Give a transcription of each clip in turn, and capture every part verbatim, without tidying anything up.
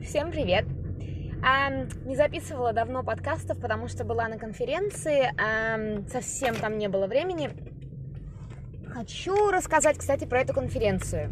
Всем привет! Um, не записывала давно подкастов, потому что была на конференции, um, совсем там не было времени. Хочу рассказать, кстати, про эту конференцию.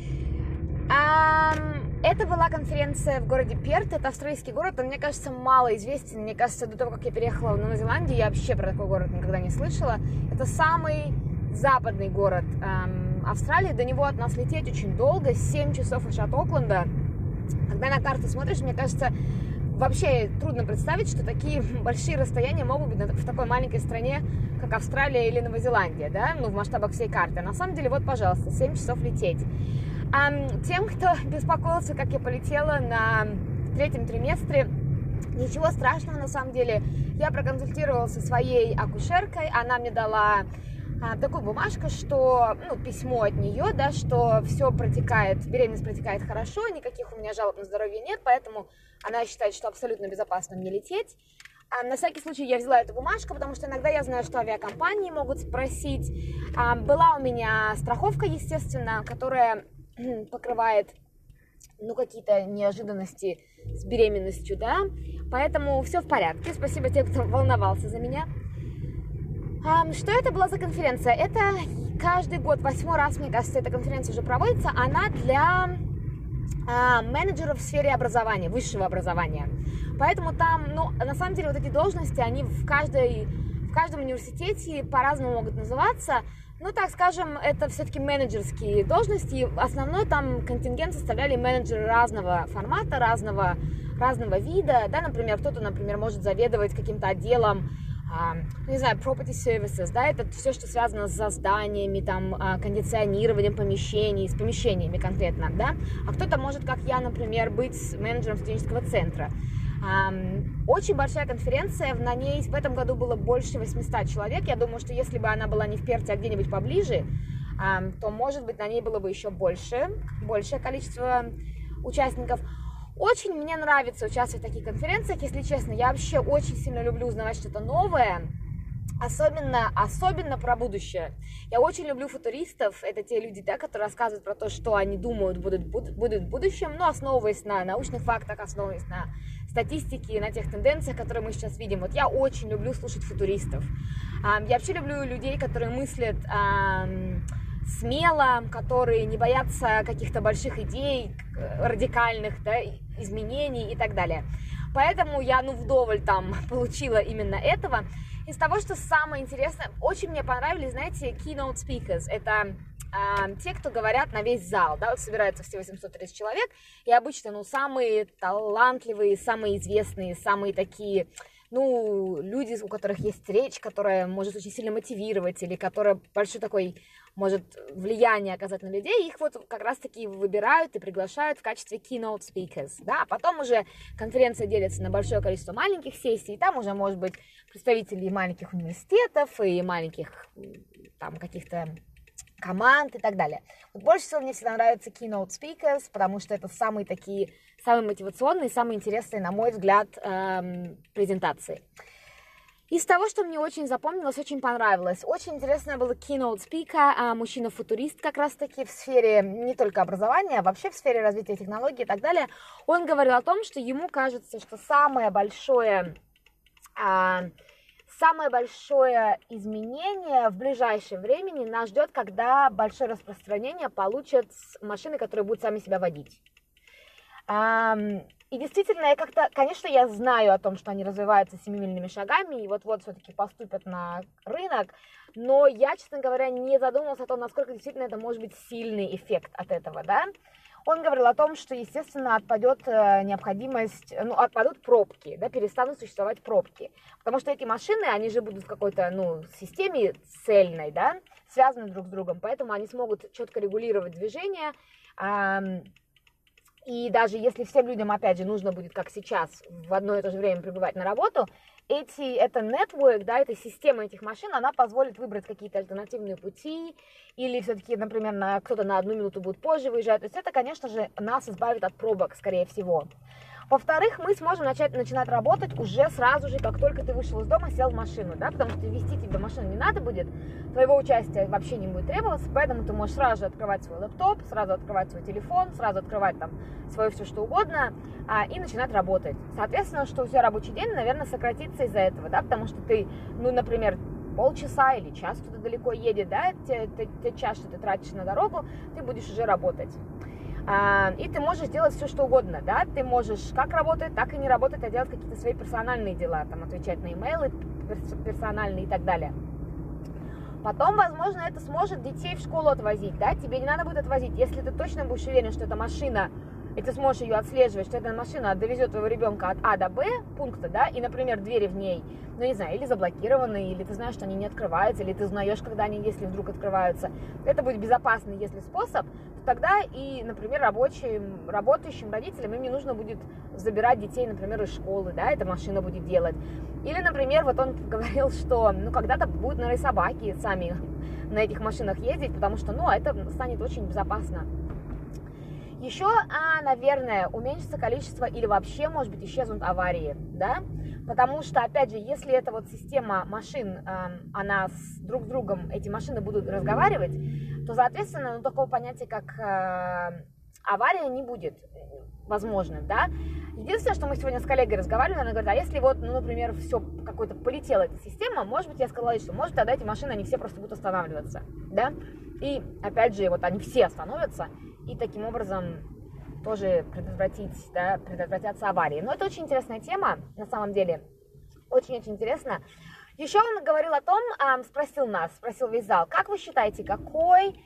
Um, это была конференция в городе Перт, это австралийский город, он, мне кажется, мало известен. Мне кажется, до того, как я переехала в Новую Зеландию, я вообще про такой город никогда не слышала. Это самый западный город um, Австралии, до него от нас лететь очень долго, семь часов аж от Окленда. Когда на карту смотришь, мне кажется, вообще трудно представить, что такие большие расстояния могут быть в такой маленькой стране, как Австралия или Новая Зеландия, да, ну, в масштабах всей карты. На самом деле, вот, пожалуйста, семь часов лететь. А тем, кто беспокоился, как я полетела на третьем триместре, ничего страшного, на самом деле. Я проконсультировалась со своей акушеркой, она мне дала а, такую бумажку, что, ну, письмо от нее, да, что все протекает, беременность протекает хорошо, никаких у меня жалоб на здоровье нет, поэтому она считает, что абсолютно безопасно мне лететь. А, на всякий случай я взяла эту бумажку, потому что иногда я знаю, что авиакомпании могут спросить. А, была у меня страховка, естественно, которая покрывает, ну, какие-то неожиданности с беременностью, да, поэтому все в порядке. Спасибо тем, кто волновался за меня. Что это была за конференция? Это каждый год, восьмой раз, мне кажется, эта конференция уже проводится. Она для а, менеджеров в сфере образования, высшего образования. Поэтому там, ну, на самом деле, вот эти должности, они в, каждой, в каждом университете по-разному могут называться. Ну, так скажем, это все-таки менеджерские должности. Основной там контингент составляли менеджеры разного формата, разного, разного вида. Да, например, кто-то, например, может заведовать каким-то отделом, Uh, не знаю, property services, да, это все, что связано с зданиями, там, uh, кондиционированием помещений, с помещениями конкретно, да, а кто-то может, как я, например, быть менеджером студенческого центра. Um, очень большая конференция, на ней в этом году было больше восемьсот человек, я думаю, что если бы она была не в Перте, а где-нибудь поближе, um, то, может быть, на ней было бы еще больше, большее количество участников. Очень мне нравится участвовать в таких конференциях, если честно. Я вообще очень сильно люблю узнавать что-то новое, особенно, особенно про будущее. Я очень люблю футуристов. Это те люди, да, которые рассказывают про то, что они думают будут, будут в будущем, но основываясь на научных фактах, основываясь на статистике, на тех тенденциях, которые мы сейчас видим. Вот я очень люблю слушать футуристов. Я вообще люблю людей, которые мыслят смело, которые не боятся каких-то больших идей, радикальных, да, изменений и так далее. Поэтому я, ну, вдоволь там получила именно этого. Из того, что самое интересное, очень мне понравились, знаете, keynote speakers. Это э, те, кто говорят на весь зал, да, вот собираются все восемьсот тридцать человек, и обычно, ну, самые талантливые, самые известные, самые такие, ну, люди, у которых есть речь, которая может очень сильно мотивировать, или которая большой такой может влияние оказать на людей, их вот как раз-таки выбирают и приглашают в качестве keynote speakers, да, а потом уже конференция делится на большое количество маленьких сессий, и там уже, может быть, представители маленьких университетов и маленьких там каких-то команд и так далее. Вот больше всего мне всегда нравятся keynote speakers, потому что это самые такие, самые мотивационные, самые интересные, на мой взгляд, эм, презентации. Из того, что мне очень запомнилось, очень понравилось, очень интересно был keynote speaker, а, мужчина-футурист как раз-таки в сфере не только образования, а вообще в сфере развития технологий и так далее. Он говорил о том, что ему кажется, что самое большое, а, самое большое изменение в ближайшее время нас ждет, когда большое распространение получат машины, которые будут сами себя водить. И действительно, я как-то, конечно, я знаю о том, что они развиваются семимильными шагами и вот-вот все-таки поступят на рынок, но я, честно говоря, не задумывалась о том, насколько действительно это может быть сильный эффект от этого, да. Он говорил о том, что, естественно, отпадет необходимость, ну, отпадут пробки, да, перестанут существовать пробки, потому что эти машины, они же будут в какой-то, ну, системе цельной, да, связаны друг с другом, поэтому они смогут четко регулировать движение. И даже если всем людям, опять же, нужно будет, как сейчас, в одно и то же время прибывать на работу, эти, это network, да, эта система этих машин, она позволит выбрать какие-то альтернативные пути, или все-таки, например, на, кто-то на одну минуту будет позже выезжать. То есть это, конечно же, нас избавит от пробок, скорее всего. Во-вторых, мы сможем начать, начинать работать уже сразу же, как только ты вышел из дома, сел в машину, да, потому что вести тебя в машину не надо будет, твоего участия вообще не будет требоваться, поэтому ты можешь сразу же открывать свой лэптоп, сразу открывать свой телефон, сразу открывать там свое все что угодно а, и начинать работать. Соответственно, что у тебя рабочий день, наверное, сократится из-за этого, да, потому что ты, ну, например, полчаса или час кто-то далеко едет, да, те, те, те час, что ты тратишь на дорогу, ты будешь уже работать. А, и ты можешь делать все, что угодно, да, ты можешь как работать, так и не работать, а делать какие-то свои персональные дела, там, отвечать на имейлы персональные и так далее. Потом, возможно, это сможет детей в школу отвозить, да, тебе не надо будет отвозить, если ты точно будешь уверен, что эта машина, и ты сможешь ее отслеживать, что эта машина довезет твоего ребенка от А до Б пункта, да, и, например, двери в ней, ну, не знаю, или заблокированы, или ты знаешь, что они не открываются, или ты узнаешь, когда они, если вдруг открываются, это будет безопасный, если способ, то тогда и, например, рабочим, работающим родителям им не нужно будет забирать детей, например, из школы, да, эта машина будет делать. Или, например, вот он говорил, что, ну, когда-то будут, наверное, собаки сами на этих машинах ездить, потому что, ну, это станет очень безопасно. Еще, а, наверное, уменьшится количество или вообще, может быть, исчезнут аварии, да, потому что, опять же, если эта вот система машин, э, она с друг с другом, эти машины будут разговаривать, то, соответственно, ну, такого понятия, как э, авария не будет возможным, да. Единственное, что мы сегодня с коллегой разговаривали, она говорит, а если вот, ну, например, все, какой-то полетела эта система, может быть, я сказала, что может тогда эти машины, они все просто будут останавливаться, да, и, опять же, вот они все остановятся, и таким образом тоже предотвратить, да, предотвратятся аварии. Но это очень интересная тема, на самом деле, очень-очень интересно. Еще он говорил о том, а, спросил нас, спросил весь зал, как вы считаете, какой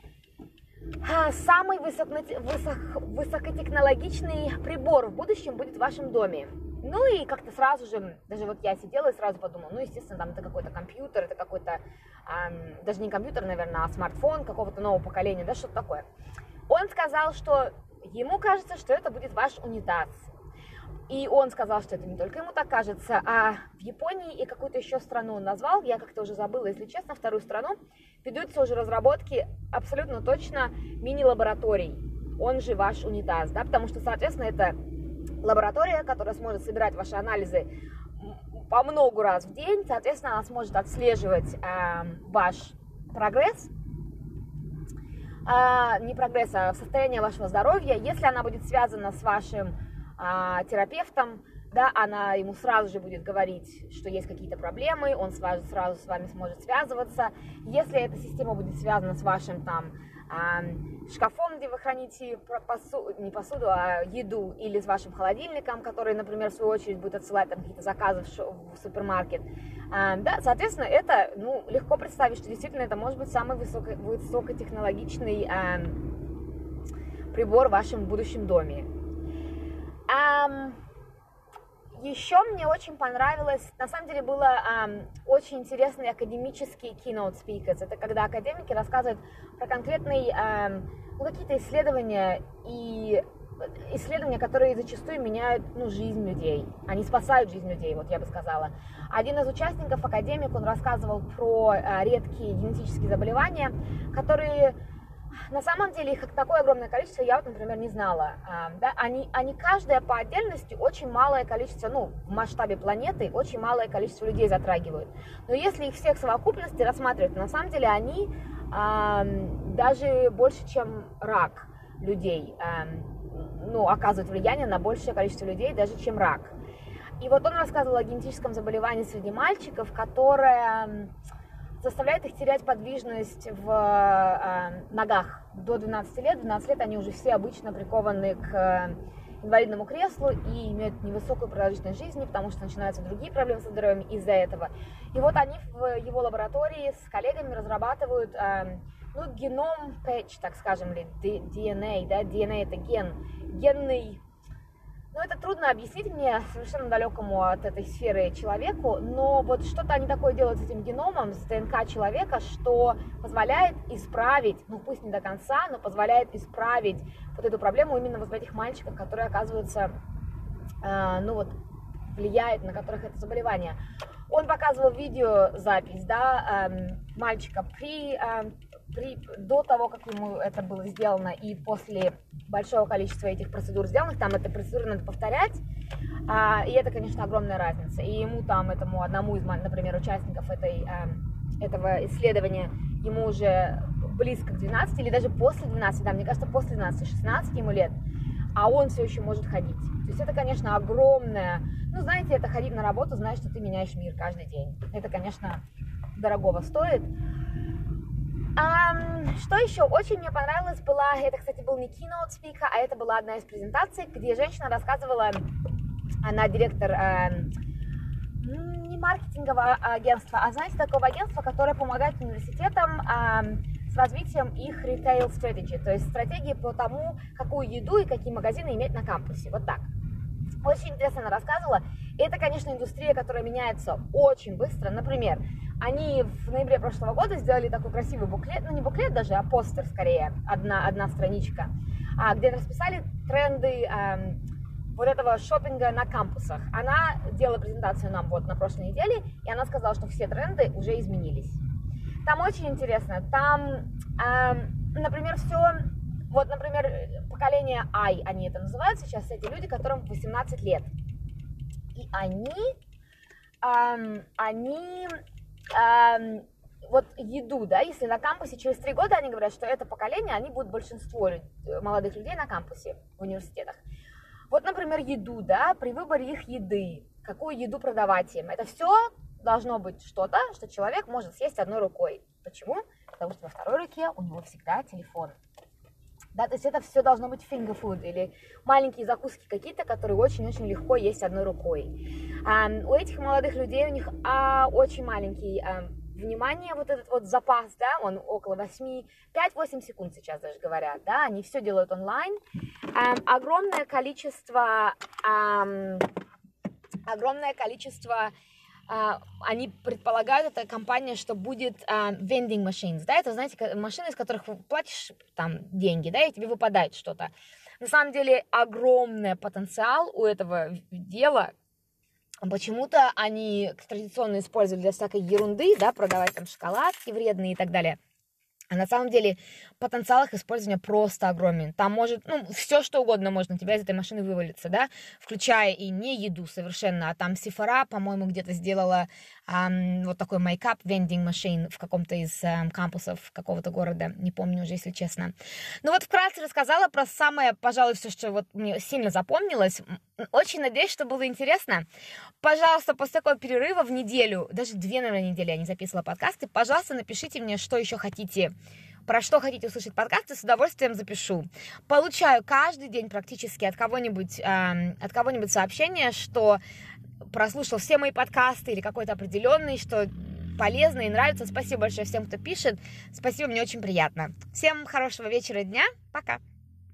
а, самый высоко, высок, высокотехнологичный прибор в будущем будет в вашем доме? Ну и как-то сразу же, даже вот я сидела и сразу подумала, ну, естественно, там это какой-то компьютер, это какой-то, эм, даже не компьютер, наверное, а смартфон какого-то нового поколения, да, что-то такое. Он сказал, что ему кажется, что это будет ваш унитаз. И он сказал, что это не только ему так кажется, а в Японии и какую-то еще страну он назвал, я как-то уже забыла, если честно, вторую страну, ведутся уже разработки абсолютно точно мини-лабораторий, он же ваш унитаз, да, потому что, соответственно, это лаборатория, которая сможет собирать ваши анализы по много раз в день, соответственно, она сможет отслеживать э, ваш прогресс, э, не прогресс, а состояние вашего здоровья. Если она будет связана с вашим э, терапевтом, да, она ему сразу же будет говорить, что есть какие-то проблемы, он сразу, сразу с вами сможет связываться. Если эта система будет связана с вашим там шкафом, где вы храните посуду, не посуду, а еду, или с вашим холодильником, который, например, в свою очередь будет отсылать там какие-то заказы в супермаркет. Да, соответственно, это, ну, легко представить, что действительно это может быть самый высоко, высокотехнологичный прибор в вашем будущем доме. Еще мне очень понравилось, на самом деле было эм, очень интересный академический keynote speakers. Это когда академики рассказывают про конкретные, эм, ну, какие-то исследования, и исследования, которые зачастую меняют, ну, жизнь людей. Они спасают жизнь людей, вот я бы сказала. Один из участников, академик, он рассказывал про э, редкие генетические заболевания, которые... На самом деле их такое огромное количество, я вот, например, не знала. Да? Они, они каждая по отдельности очень малое количество, ну, в масштабе планеты, очень малое количество людей затрагивают. Но если их всех в совокупности рассматривать, на самом деле они э, даже больше, чем рак людей, э, ну, оказывают влияние на большее количество людей, даже чем рак. И вот он рассказывал о генетическом заболевании среди мальчиков, которое... заставляет их терять подвижность в э, ногах до двенадцати лет. В двенадцать лет они уже все обычно прикованы к э, инвалидному креслу и имеют невысокую продолжительность жизни, потому что начинаются другие проблемы со здоровьем из-за этого. И вот они в его лаборатории с коллегами разрабатывают э, ну, геном пэтч, так скажем, или ди эн эй, да, ди эн эй это ген, генный. Ну, это трудно объяснить мне, совершенно далекому от этой сферы человеку, но вот что-то они такое делают с этим геномом, с ДНК человека, что позволяет исправить, ну, пусть не до конца, но позволяет исправить вот эту проблему именно вот в этих мальчиках, которые, оказывается, э, ну, вот, влияет, на которых это заболевание. Он показывал видеозапись, да, э, мальчика при, э, при, до того, как ему это было сделано, и после большого количества этих процедур сделанных, там эти процедуры надо повторять, а, и это, конечно, огромная разница. И ему там, этому одному из, например, участников этой, а, этого исследования, ему уже близко к двенадцати, или даже после двенадцати, да, мне кажется, после двенадцати, шестнадцати ему лет, а он все еще может ходить. То есть это, конечно, огромное, ну, знаете, это ходить на работу, знаешь, что ты меняешь мир каждый день. Это, конечно, дорогого стоит. Um, что еще очень мне понравилось была, это, кстати, был не keynote speaker, а это была одна из презентаций, где женщина рассказывала, она директор э, не маркетингового агентства, а, знаете, такого агентства, которое помогает университетам э, с развитием их retail strategy, то есть стратегии по тому, какую еду и какие магазины иметь на кампусе, вот так. Очень интересно она рассказывала. И это, конечно, индустрия, которая меняется очень быстро. Например, они в ноябре прошлого года сделали такой красивый буклет, ну не буклет даже, а постер скорее, одна, одна страничка, где расписали тренды эм, вот этого шопинга на кампусах. Она делала презентацию нам вот на прошлой неделе, и она сказала, что все тренды уже изменились. Там очень интересно, там, эм, например, все... Вот, например, поколение I, они это называют сейчас, эти люди, которым восемнадцать лет. И они, эм, они, эм, вот еду, да, если на кампусе через три года они говорят, что это поколение, они будут большинство молодых людей на кампусе в университетах. Вот, например, еду, да, при выборе их еды, какую еду продавать им, это все должно быть что-то, что человек может съесть одной рукой. Почему? Потому что во второй руке у него всегда телефон. Да, то есть это все должно быть finger food или маленькие закуски какие-то, которые очень-очень легко есть одной рукой. А, у этих молодых людей, у них а, очень маленький а, внимание, вот этот вот запас, да, он около восьми, пять-восемь секунд сейчас даже говорят, да, они все делают онлайн. А, огромное количество, а, огромное количество Uh, они предполагают, эта компания, что будет uh, vending machines, да, это, знаете, машины, из которых платишь там деньги, да, и тебе выпадает что-то. На самом деле огромный потенциал у этого дела. Почему-то они традиционно использовали для всякой ерунды, да, продавать там шоколадки вредные и так далее. А на самом деле потенциал их использования просто огромен. Там может, ну, все что угодно может на тебя из этой машины вывалиться, да, включая и не еду совершенно, а там Sephora, по-моему, где-то сделала эм, вот такой make-up vending machine в каком-то из эм, кампусов какого-то города, не помню уже, если честно. Ну вот вкратце рассказала про самое, пожалуй, все, что вот мне сильно запомнилось. Очень надеюсь, что было интересно. Пожалуйста, после такого перерыва в неделю, даже две, наверное, недели я не записывала подкасты, пожалуйста, напишите мне, что еще хотите, про что хотите услышать подкасты, с удовольствием запишу. Получаю каждый день практически от кого-нибудь, э, от кого-нибудь сообщение, что прослушал все мои подкасты или какой-то определенный, что полезно и нравится. Спасибо большое всем, кто пишет. Спасибо, мне очень приятно. Всем хорошего вечера и дня. Пока.